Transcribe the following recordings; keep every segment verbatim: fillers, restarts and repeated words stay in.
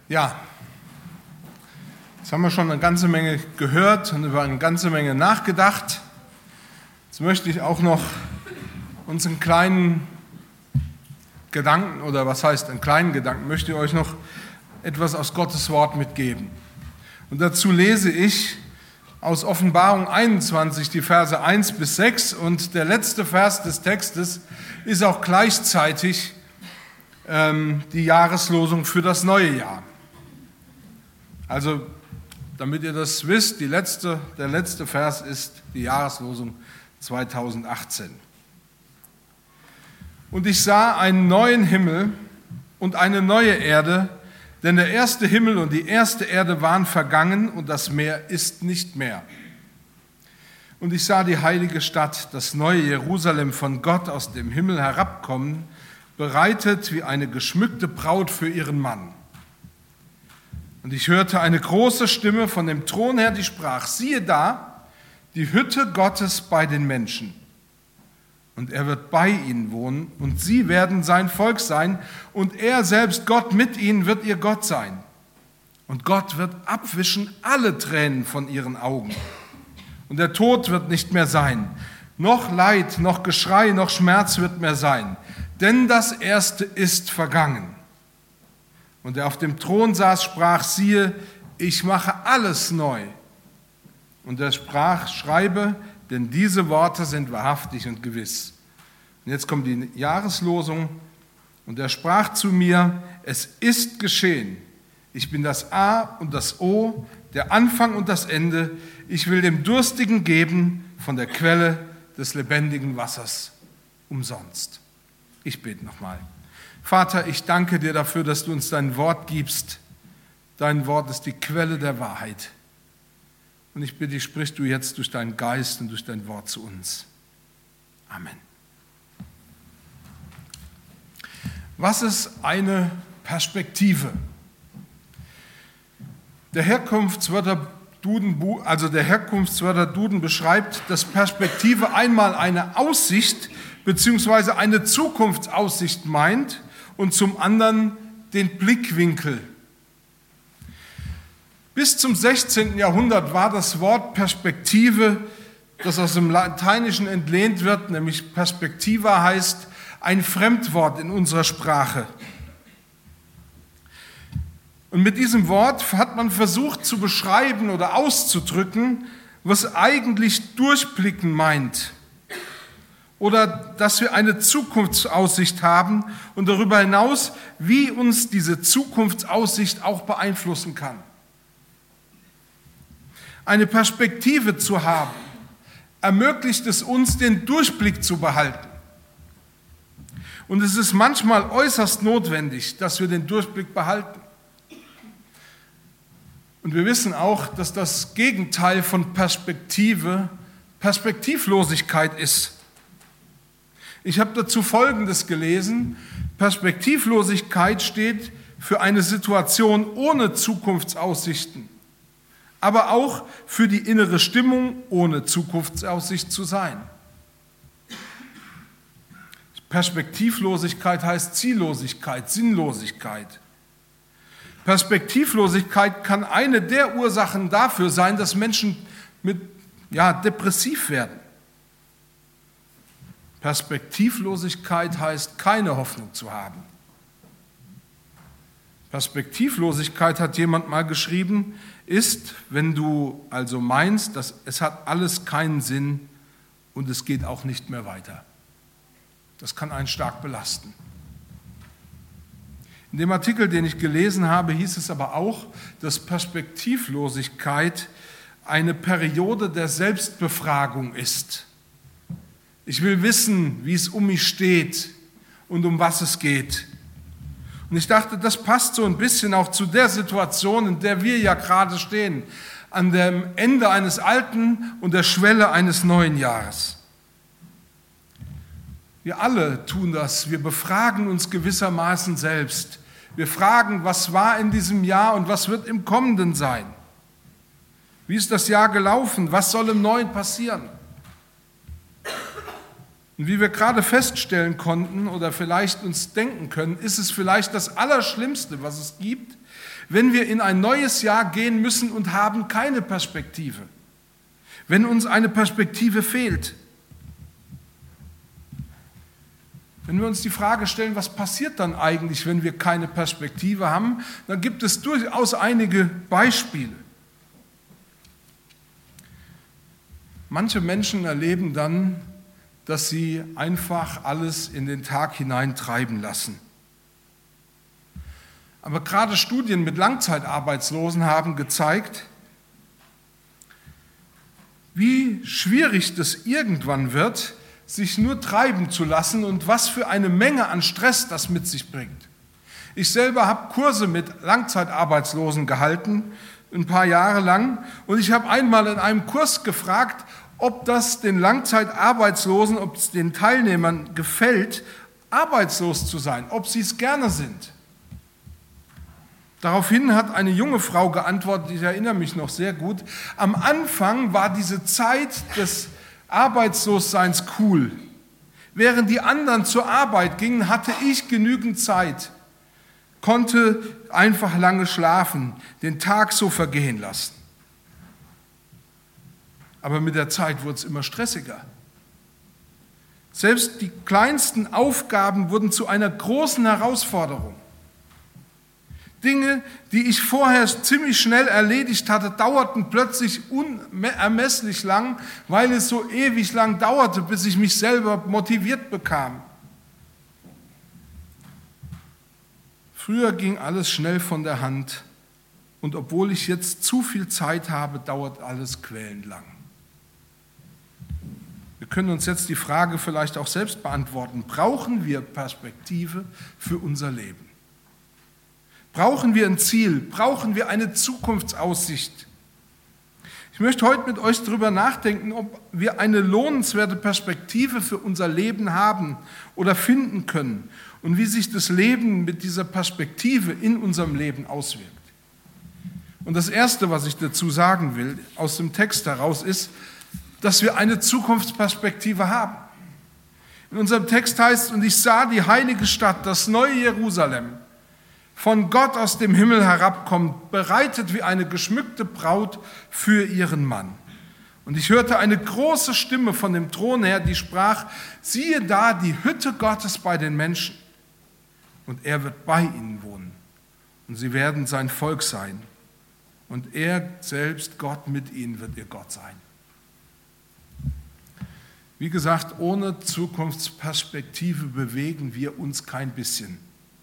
Ja, jetzt haben wir schon eine ganze Menge gehört und über eine ganze Menge nachgedacht. Jetzt möchte ich auch noch uns einen kleinen Gedanken, oder was heißt einen kleinen Gedanken, möchte ich euch noch etwas aus Gottes Wort mitgeben. Und dazu lese ich aus Offenbarung einundzwanzig die Verse eins bis sechs, und der letzte Vers des Textes ist auch gleichzeitig ähm, die Jahreslosung für das neue Jahr. Also, damit ihr das wisst, die letzte, der letzte Vers ist die Jahreslosung zweitausendachtzehn. Und ich sah einen neuen Himmel und eine neue Erde, denn der erste Himmel und die erste Erde waren vergangen und das Meer ist nicht mehr. Und ich sah die heilige Stadt, das neue Jerusalem, von Gott aus dem Himmel herabkommen, bereitet wie eine geschmückte Braut für ihren Mann. Und ich hörte eine große Stimme von dem Thron her, die sprach: Siehe da, die Hütte Gottes bei den Menschen. Und er wird bei ihnen wohnen, und sie werden sein Volk sein, und er selbst, Gott mit ihnen, wird ihr Gott sein. Und Gott wird abwischen alle Tränen von ihren Augen. Und der Tod wird nicht mehr sein, noch Leid, noch Geschrei, noch Schmerz wird mehr sein, denn das Erste ist vergangen. Und der auf dem Thron saß, sprach: Siehe, ich mache alles neu. Und er sprach: Schreibe, denn diese Worte sind wahrhaftig und gewiss. Und jetzt kommt die Jahreslosung. Und er sprach zu mir: Es ist geschehen. Ich bin das A und das O, der Anfang und das Ende. Ich will dem Durstigen geben von der Quelle des lebendigen Wassers umsonst. Ich bete nochmal. Vater, ich danke dir dafür, dass du uns dein Wort gibst. Dein Wort ist die Quelle der Wahrheit. Und ich bitte dich, sprich du jetzt durch deinen Geist und durch dein Wort zu uns. Amen. Was ist eine Perspektive? Der Herkunftswörter Duden, also der Herkunftswörter Duden beschreibt, dass Perspektive einmal eine Aussicht bzw. eine Zukunftsaussicht meint und zum anderen den Blickwinkel. Bis zum sechzehnten Jahrhundert war das Wort Perspektive, das aus dem Lateinischen entlehnt wird, nämlich Perspectiva heißt, ein Fremdwort in unserer Sprache. Und mit diesem Wort hat man versucht zu beschreiben oder auszudrücken, was eigentlich Durchblicken meint. Oder dass wir eine Zukunftsaussicht haben und darüber hinaus, wie uns diese Zukunftsaussicht auch beeinflussen kann. Eine Perspektive zu haben, ermöglicht es uns, den Durchblick zu behalten. Und es ist manchmal äußerst notwendig, dass wir den Durchblick behalten. Und wir wissen auch, dass das Gegenteil von Perspektive Perspektivlosigkeit ist. Ich habe dazu Folgendes gelesen: Perspektivlosigkeit steht für eine Situation ohne Zukunftsaussichten, aber auch für die innere Stimmung, ohne Zukunftsaussicht zu sein. Perspektivlosigkeit heißt Ziellosigkeit, Sinnlosigkeit. Perspektivlosigkeit kann eine der Ursachen dafür sein, dass Menschen mit, ja, depressiv werden. Perspektivlosigkeit heißt, keine Hoffnung zu haben. Perspektivlosigkeit, hat jemand mal geschrieben, ist, wenn du also meinst, dass es hat alles keinen Sinn und es geht auch nicht mehr weiter. Das kann einen stark belasten. In dem Artikel, den ich gelesen habe, hieß es aber auch, dass Perspektivlosigkeit eine Periode der Selbstbefragung ist. Ich will wissen, wie es um mich steht und um was es geht. Und ich dachte, das passt so ein bisschen auch zu der Situation, in der wir ja gerade stehen, an dem Ende eines alten und der Schwelle eines neuen Jahres. Wir alle tun das, wir befragen uns gewissermaßen selbst. Wir fragen, was war in diesem Jahr und was wird im kommenden sein? Wie ist das Jahr gelaufen? Was soll im Neuen passieren? Und wie wir gerade feststellen konnten oder vielleicht uns denken können, ist es vielleicht das Allerschlimmste, was es gibt, wenn wir in ein neues Jahr gehen müssen und haben keine Perspektive. Wenn uns eine Perspektive fehlt. Wenn wir uns die Frage stellen, was passiert dann eigentlich, wenn wir keine Perspektive haben, dann gibt es durchaus einige Beispiele. Manche Menschen erleben dann, dass sie einfach alles in den Tag hinein treiben lassen. Aber gerade Studien mit Langzeitarbeitslosen haben gezeigt, wie schwierig das irgendwann wird, sich nur treiben zu lassen und was für eine Menge an Stress das mit sich bringt. Ich selber habe Kurse mit Langzeitarbeitslosen gehalten, ein paar Jahre lang, und ich habe einmal in einem Kurs gefragt, ob das den Langzeitarbeitslosen, ob es den Teilnehmern gefällt, arbeitslos zu sein, ob sie es gerne sind. Daraufhin hat eine junge Frau geantwortet, ich erinnere mich noch sehr gut, am Anfang war diese Zeit des Arbeitslosseins cool. Während die anderen zur Arbeit gingen, hatte ich genügend Zeit, konnte einfach lange schlafen, den Tag so vergehen lassen. Aber mit der Zeit wurde es immer stressiger. Selbst die kleinsten Aufgaben wurden zu einer großen Herausforderung. Dinge, die ich vorher ziemlich schnell erledigt hatte, dauerten plötzlich unermesslich lang, weil es so ewig lang dauerte, bis ich mich selber motiviert bekam. Früher ging alles schnell von der Hand und obwohl ich jetzt zu viel Zeit habe, dauert alles quälend lang. Wir können uns jetzt die Frage vielleicht auch selbst beantworten: Brauchen wir Perspektive für unser Leben? Brauchen wir ein Ziel? Brauchen wir eine Zukunftsaussicht? Ich möchte heute mit euch darüber nachdenken, ob wir eine lohnenswerte Perspektive für unser Leben haben oder finden können und wie sich das Leben mit dieser Perspektive in unserem Leben auswirkt. Und das Erste, was ich dazu sagen will, aus dem Text heraus, ist, dass wir eine Zukunftsperspektive haben. In unserem Text heißt es: Und ich sah die heilige Stadt, das neue Jerusalem, von Gott aus dem Himmel herabkommt, bereitet wie eine geschmückte Braut für ihren Mann. Und ich hörte eine große Stimme von dem Thron her, die sprach: Siehe da, die Hütte Gottes bei den Menschen, und er wird bei ihnen wohnen, und sie werden sein Volk sein, und er selbst, Gott mit ihnen, wird ihr Gott sein. Wie gesagt, ohne Zukunftsperspektive bewegen wir uns kein bisschen.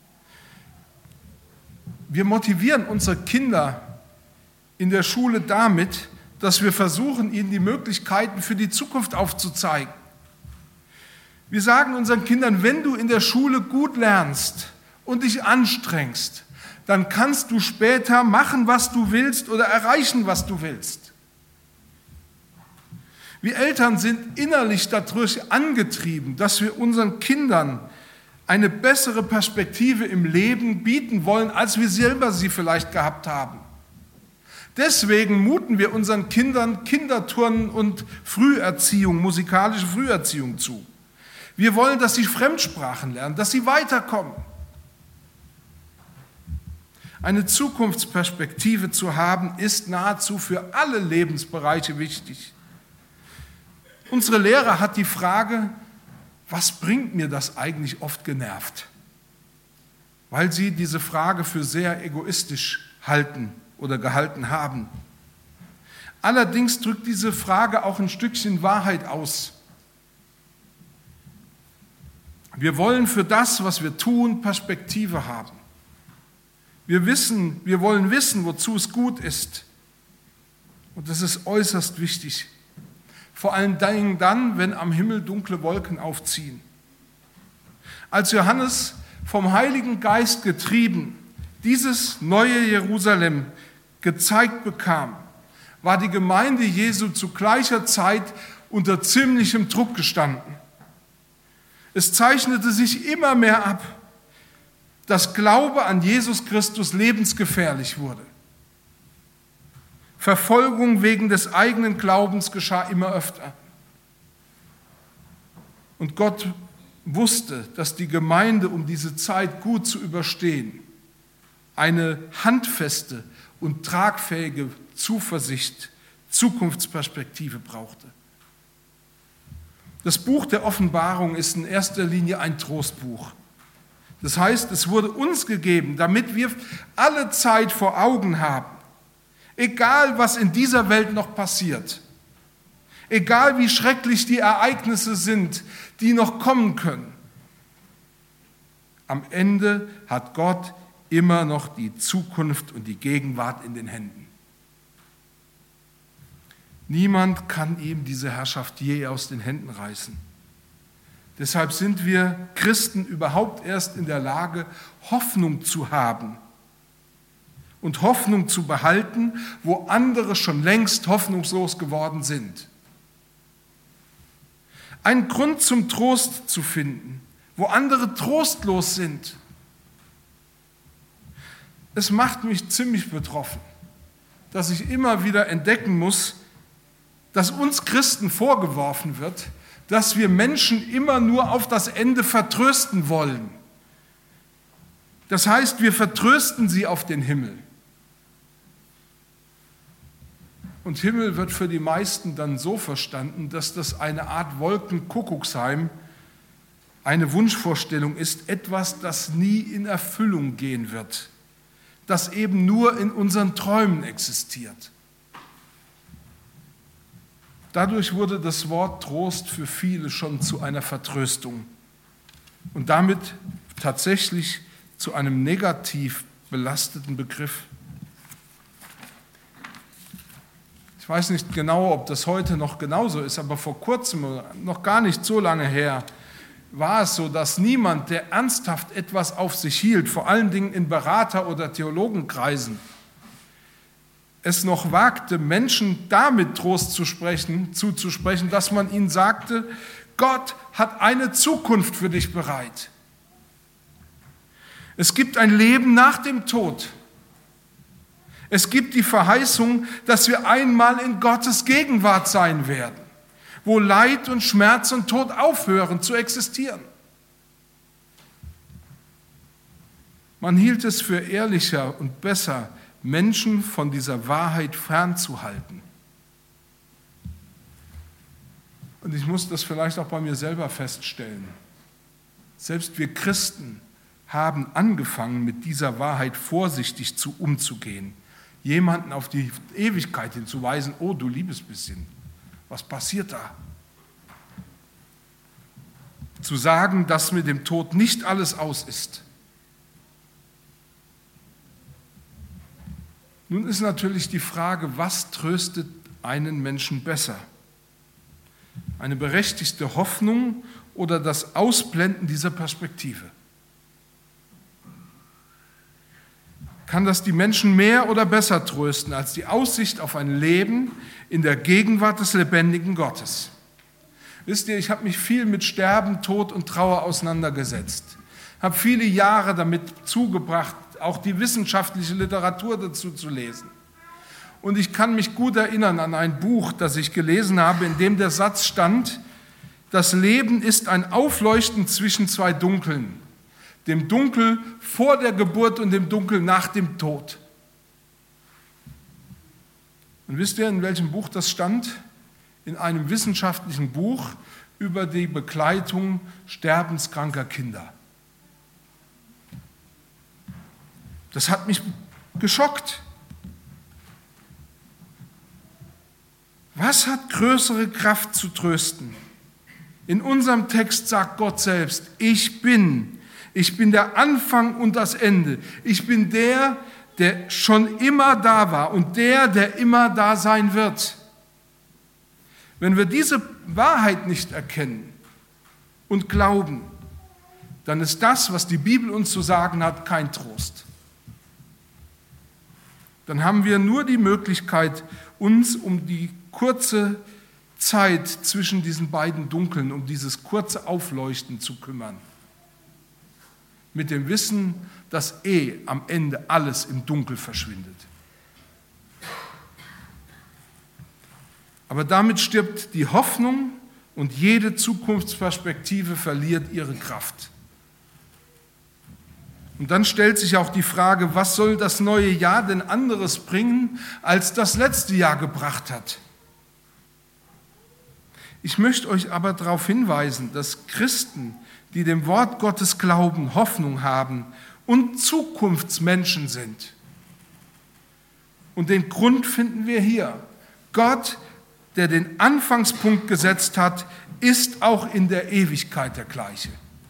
Wir motivieren unsere Kinder in der Schule damit, dass wir versuchen, ihnen die Möglichkeiten für die Zukunft aufzuzeigen. Wir sagen unseren Kindern: Wenn du in der Schule gut lernst und dich anstrengst, dann kannst du später machen, was du willst oder erreichen, was du willst. Wir Eltern sind innerlich dadurch angetrieben, dass wir unseren Kindern eine bessere Perspektive im Leben bieten wollen, als wir selber sie vielleicht gehabt haben. Deswegen muten wir unseren Kindern Kinderturnen und Früherziehung, musikalische Früherziehung zu. Wir wollen, dass sie Fremdsprachen lernen, dass sie weiterkommen. Eine Zukunftsperspektive zu haben, ist nahezu für alle Lebensbereiche wichtig. Unsere Lehrer hat die Frage: Was bringt mir das eigentlich, oft genervt? Weil sie diese Frage für sehr egoistisch halten oder gehalten haben. Allerdings drückt diese Frage auch ein Stückchen Wahrheit aus. Wir wollen für das, was wir tun, Perspektive haben. Wir wissen, wir wollen wissen, wozu es gut ist. Und das ist äußerst wichtig. Vor allen Dingen dann, wenn am Himmel dunkle Wolken aufziehen. Als Johannes vom Heiligen Geist getrieben dieses neue Jerusalem gezeigt bekam, war die Gemeinde Jesu zu gleicher Zeit unter ziemlichem Druck gestanden. Es zeichnete sich immer mehr ab, dass Glaube an Jesus Christus lebensgefährlich wurde. Verfolgung wegen des eigenen Glaubens geschah immer öfter. Und Gott wusste, dass die Gemeinde, um diese Zeit gut zu überstehen, eine handfeste und tragfähige Zuversicht, Zukunftsperspektive brauchte. Das Buch der Offenbarung ist in erster Linie ein Trostbuch. Das heißt, es wurde uns gegeben, damit wir alle Zeit vor Augen haben, egal was in dieser Welt noch passiert, egal wie schrecklich die Ereignisse sind, die noch kommen können. Am Ende hat Gott immer noch die Zukunft und die Gegenwart in den Händen. Niemand kann ihm diese Herrschaft je aus den Händen reißen. Deshalb sind wir Christen überhaupt erst in der Lage, Hoffnung zu haben und Hoffnung zu behalten, wo andere schon längst hoffnungslos geworden sind. Einen Grund zum Trost zu finden, wo andere trostlos sind. Es macht mich ziemlich betroffen, dass ich immer wieder entdecken muss, dass uns Christen vorgeworfen wird, dass wir Menschen immer nur auf das Ende vertrösten wollen. Das heißt, wir vertrösten sie auf den Himmel. Und Himmel wird für die meisten dann so verstanden, dass das eine Art Wolkenkuckucksheim, eine Wunschvorstellung ist, etwas, das nie in Erfüllung gehen wird, das eben nur in unseren Träumen existiert. Dadurch wurde das Wort Trost für viele schon zu einer Vertröstung und damit tatsächlich zu einem negativ belasteten Begriff. Ich weiß nicht genau, ob das heute noch genauso ist, aber vor kurzem, noch gar nicht so lange her, war es so, dass niemand, der ernsthaft etwas auf sich hielt, vor allen Dingen in Berater- oder Theologenkreisen, es noch wagte, Menschen damit Trost zu sprechen, zuzusprechen, dass man ihnen sagte, Gott hat eine Zukunft für dich bereit. Es gibt ein Leben nach dem Tod. Es gibt die Verheißung, dass wir einmal in Gottes Gegenwart sein werden, wo Leid und Schmerz und Tod aufhören zu existieren. Man hielt es für ehrlicher und besser, Menschen von dieser Wahrheit fernzuhalten. Und ich muss das vielleicht auch bei mir selber feststellen. Selbst wir Christen haben angefangen, mit dieser Wahrheit vorsichtig zu umzugehen. Jemanden auf die Ewigkeit hinzuweisen, oh du liebes bisschen, was passiert da? Zu sagen, dass mit dem Tod nicht alles aus ist. Nun ist natürlich die Frage, was tröstet einen Menschen besser? Eine berechtigte Hoffnung oder das Ausblenden dieser Perspektive? Kann das die Menschen mehr oder besser trösten als die Aussicht auf ein Leben in der Gegenwart des lebendigen Gottes? Wisst ihr, ich habe mich viel mit Sterben, Tod und Trauer auseinandergesetzt, habe viele Jahre damit zugebracht, auch die wissenschaftliche Literatur dazu zu lesen. Und ich kann mich gut erinnern an ein Buch, das ich gelesen habe, in dem der Satz stand, das Leben ist ein Aufleuchten zwischen zwei Dunkeln, dem Dunkel vor der Geburt und dem Dunkel nach dem Tod. Und wisst ihr, in welchem Buch das stand? In einem wissenschaftlichen Buch über die Begleitung sterbenskranker Kinder. Das hat mich geschockt. Was hat größere Kraft zu trösten? In unserem Text sagt Gott selbst, ich bin, ich bin der Anfang und das Ende. Ich bin der, der schon immer da war und der, der immer da sein wird. Wenn wir diese Wahrheit nicht erkennen und glauben, dann ist das, was die Bibel uns zu sagen hat, kein Trost. Dann haben wir nur die Möglichkeit, uns um die kurze Zeit zwischen diesen beiden Dunkeln, um dieses kurze Aufleuchten zu kümmern. Mit dem Wissen, dass eh am Ende alles im Dunkel verschwindet. Aber damit stirbt die Hoffnung und jede Zukunftsperspektive verliert ihre Kraft. Und dann stellt sich auch die Frage, was soll das neue Jahr denn anderes bringen, als das letzte Jahr gebracht hat? Ich möchte euch aber darauf hinweisen, dass Christen, die dem Wort Gottes glauben, Hoffnung haben und Zukunftsmenschen sind. Und den Grund finden wir hier. Gott, der den Anfangspunkt gesetzt hat, ist auch in der Ewigkeit der gleiche.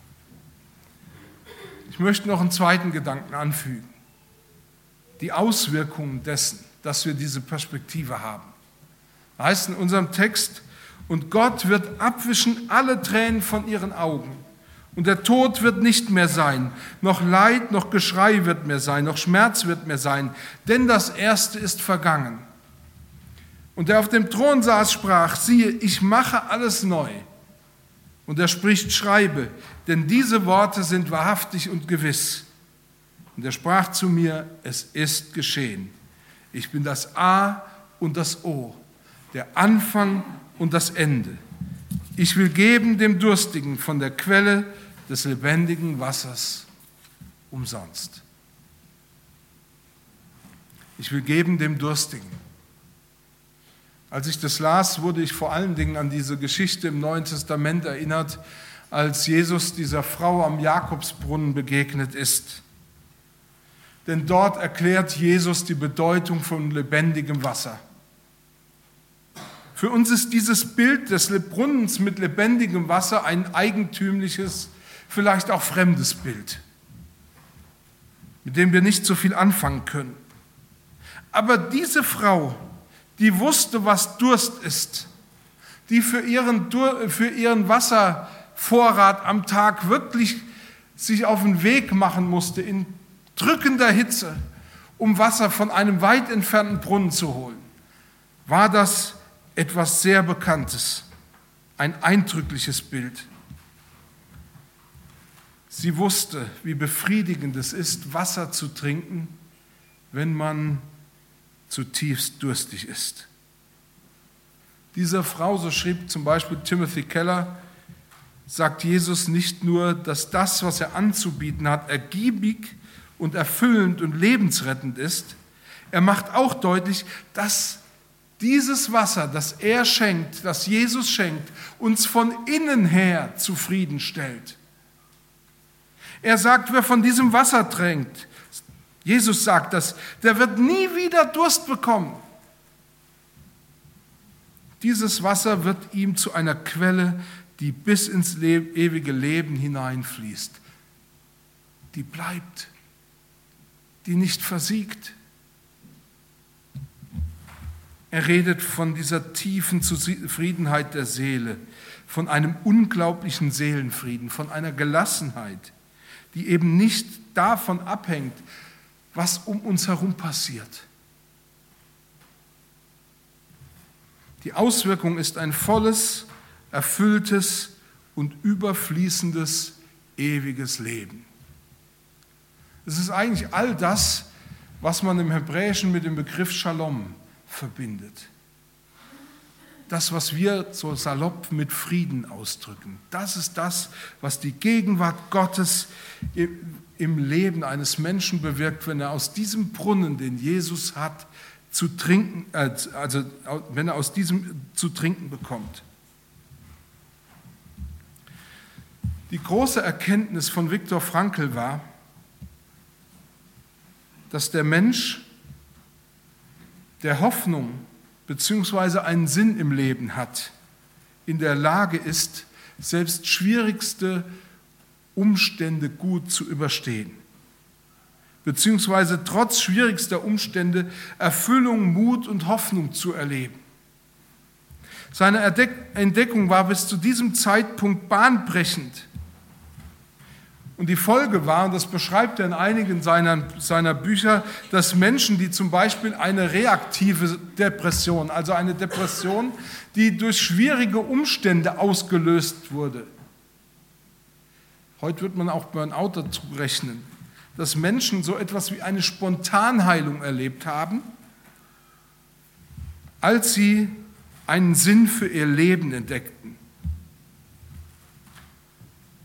Ich möchte noch einen zweiten Gedanken anfügen. Die Auswirkungen dessen, dass wir diese Perspektive haben. Das heißt in unserem Text, und Gott wird abwischen alle Tränen von ihren Augen. Und der Tod wird nicht mehr sein, noch Leid, noch Geschrei wird mehr sein, noch Schmerz wird mehr sein, denn das Erste ist vergangen. Und der auf dem Thron saß, sprach, siehe, ich mache alles neu. Und er spricht, schreibe, denn diese Worte sind wahrhaftig und gewiss. Und er sprach zu mir, es ist geschehen. Ich bin das A und das O, der Anfang und das Ende. Ich will geben dem Durstigen von der Quelle des lebendigen Wassers umsonst. Ich will geben dem Durstigen. Als ich das las, wurde ich vor allen Dingen an diese Geschichte im Neuen Testament erinnert, als Jesus dieser Frau am Jakobsbrunnen begegnet ist. Denn dort erklärt Jesus die Bedeutung von lebendigem Wasser. Für uns ist dieses Bild des Brunnens mit lebendigem Wasser ein eigentümliches, vielleicht auch fremdes Bild, mit dem wir nicht so viel anfangen können. Aber diese Frau, die wusste, was Durst ist, die für ihren, für ihren Wasservorrat am Tag wirklich sich auf den Weg machen musste, in drückender Hitze, um Wasser von einem weit entfernten Brunnen zu holen, war das etwas sehr Bekanntes, ein eindrückliches Bild. Sie wusste, wie befriedigend es ist, Wasser zu trinken, wenn man zutiefst durstig ist. Dieser Frau, so schrieb zum Beispiel Timothy Keller, sagt Jesus nicht nur, dass das, was er anzubieten hat, ergiebig und erfüllend und lebensrettend ist, er macht auch deutlich, dass dieses Wasser, das er schenkt, das Jesus schenkt, uns von innen her zufriedenstellt. Er sagt, wer von diesem Wasser trinkt, Jesus sagt das, der wird nie wieder Durst bekommen. Dieses Wasser wird ihm zu einer Quelle, die bis ins ewige Leben hineinfließt, die bleibt, die nicht versiegt. Er redet von dieser tiefen Zufriedenheit der Seele, von einem unglaublichen Seelenfrieden, von einer Gelassenheit, die eben nicht davon abhängt, was um uns herum passiert. Die Auswirkung ist ein volles, erfülltes und überfließendes, ewiges Leben. Es ist eigentlich all das, was man im Hebräischen mit dem Begriff Shalom verbindet. Das, was wir so salopp mit Frieden ausdrücken, das ist das, was die Gegenwart Gottes im Leben eines Menschen bewirkt, wenn er aus diesem Brunnen, den Jesus hat, zu trinken, also wenn er aus diesem zu trinken bekommt. Die große Erkenntnis von Viktor Frankl war, dass der Mensch, der Hoffnung bzw. einen Sinn im Leben hat, in der Lage ist, selbst schwierigste Umstände gut zu überstehen, beziehungsweise trotz schwierigster Umstände Erfüllung, Mut und Hoffnung zu erleben. Seine Entdeckung war bis zu diesem Zeitpunkt bahnbrechend. Und die Folge war, und das beschreibt er in einigen seiner, seiner Bücher, dass Menschen, die zum Beispiel eine reaktive Depression, also eine Depression, die durch schwierige Umstände ausgelöst wurde, heute wird man auch Burnout dazu rechnen, dass Menschen so etwas wie eine Spontanheilung erlebt haben, als sie einen Sinn für ihr Leben entdeckten.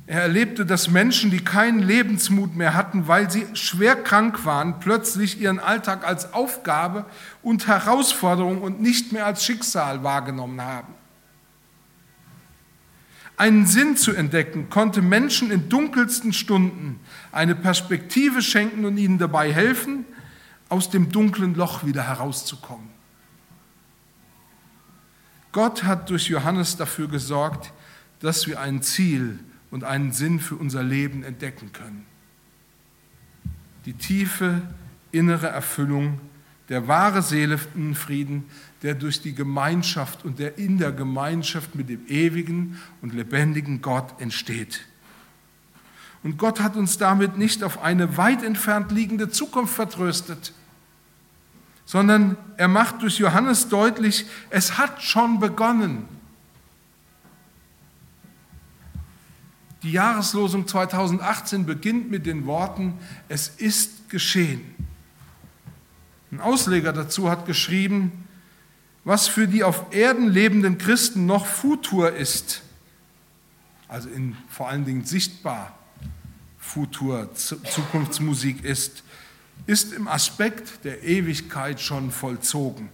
Er erlebte, dass Menschen, die keinen Lebensmut mehr hatten, weil sie schwer krank waren, plötzlich ihren Alltag als Aufgabe und Herausforderung und nicht mehr als Schicksal wahrgenommen haben. Einen Sinn zu entdecken, konnte Menschen in dunkelsten Stunden eine Perspektive schenken und ihnen dabei helfen, aus dem dunklen Loch wieder herauszukommen. Gott hat durch Johannes dafür gesorgt, dass wir ein Ziel und einen Sinn für unser Leben entdecken können. Die tiefe innere Erfüllung, der wahre Seelenfrieden, der durch die Gemeinschaft und der in der Gemeinschaft mit dem ewigen und lebendigen Gott entsteht. Und Gott hat uns damit nicht auf eine weit entfernt liegende Zukunft vertröstet, sondern er macht durch Johannes deutlich, es hat schon begonnen. Die Jahreslosung zweitausendachtzehn beginnt mit den Worten, es ist geschehen. Ein Ausleger dazu hat geschrieben, was für die auf Erden lebenden Christen noch Futur ist, also in vor allen Dingen sichtbar Futur, Zukunftsmusik ist, ist im Aspekt der Ewigkeit schon vollzogen.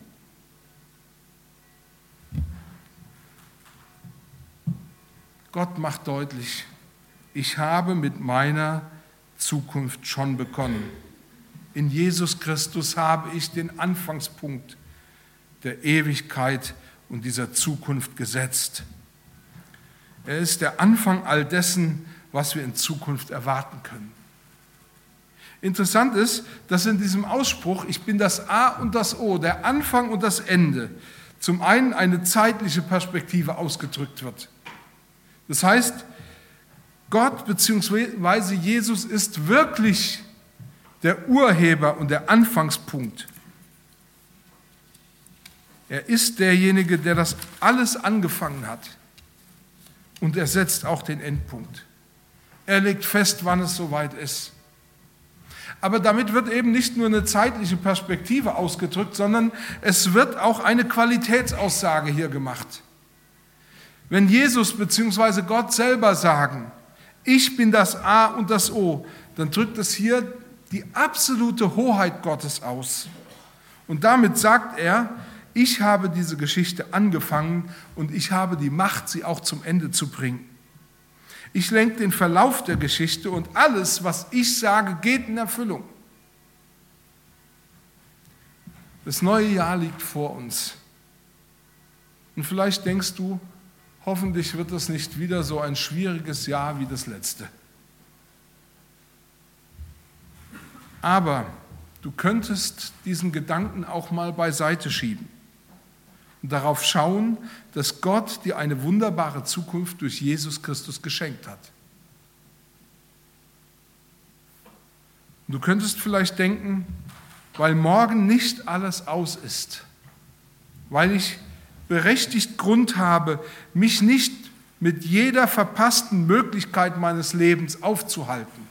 Gott macht deutlich, ich habe mit meiner Zukunft schon begonnen. In Jesus Christus habe ich den Anfangspunkt der Ewigkeit und dieser Zukunft gesetzt. Er ist der Anfang all dessen, was wir in Zukunft erwarten können. Interessant ist, dass in diesem Ausspruch, ich bin das A und das O, der Anfang und das Ende, zum einen eine zeitliche Perspektive ausgedrückt wird. Das heißt, Gott bzw. Jesus ist wirklich der Urheber und der Anfangspunkt. Er ist derjenige, der das alles angefangen hat. Und er setzt auch den Endpunkt. Er legt fest, wann es soweit ist. Aber damit wird eben nicht nur eine zeitliche Perspektive ausgedrückt, sondern es wird auch eine Qualitätsaussage hier gemacht. Wenn Jesus bzw. Gott selber sagen, ich bin das A und das O, dann drückt es hier die absolute Hoheit Gottes aus. Und damit sagt er, ich habe diese Geschichte angefangen und ich habe die Macht, sie auch zum Ende zu bringen. Ich lenke den Verlauf der Geschichte und alles, was ich sage, geht in Erfüllung. Das neue Jahr liegt vor uns. Und vielleicht denkst du, hoffentlich wird es nicht wieder so ein schwieriges Jahr wie das letzte. Aber du könntest diesen Gedanken auch mal beiseite schieben und darauf schauen, dass Gott dir eine wunderbare Zukunft durch Jesus Christus geschenkt hat. Und du könntest vielleicht denken, weil morgen nicht alles aus ist, weil ich berechtigt Grund habe, mich nicht mit jeder verpassten Möglichkeit meines Lebens aufzuhalten,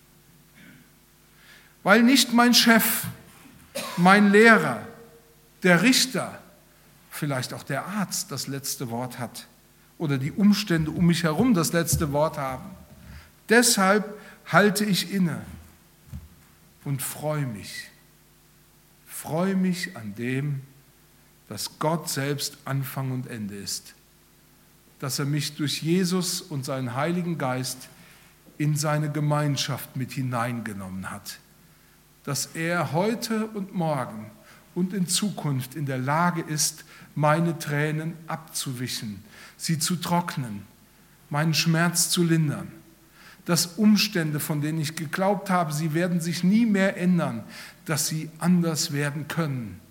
weil nicht mein Chef, mein Lehrer, der Richter, vielleicht auch der Arzt das letzte Wort hat oder die Umstände um mich herum das letzte Wort haben. Deshalb halte ich inne und freue mich. Freue mich an dem, dass Gott selbst Anfang und Ende ist, dass er mich durch Jesus und seinen Heiligen Geist in seine Gemeinschaft mit hineingenommen hat, dass er heute und morgen und in Zukunft in der Lage ist, meine Tränen abzuwischen, sie zu trocknen, meinen Schmerz zu lindern, dass Umstände, von denen ich geglaubt habe, sie werden sich nie mehr ändern, dass sie anders werden können.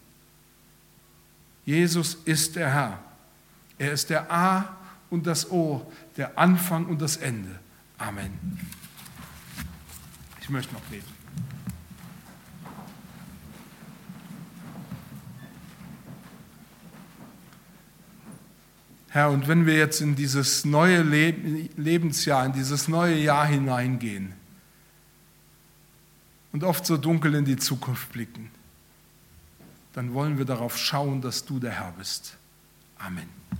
Jesus ist der Herr. Er ist der A und das O, der Anfang und das Ende. Amen. Ich möchte noch beten. Herr, und wenn wir jetzt in dieses neue Lebensjahr, in dieses neue Jahr hineingehen und oft so dunkel in die Zukunft blicken, dann wollen wir darauf schauen, dass du der Herr bist. Amen.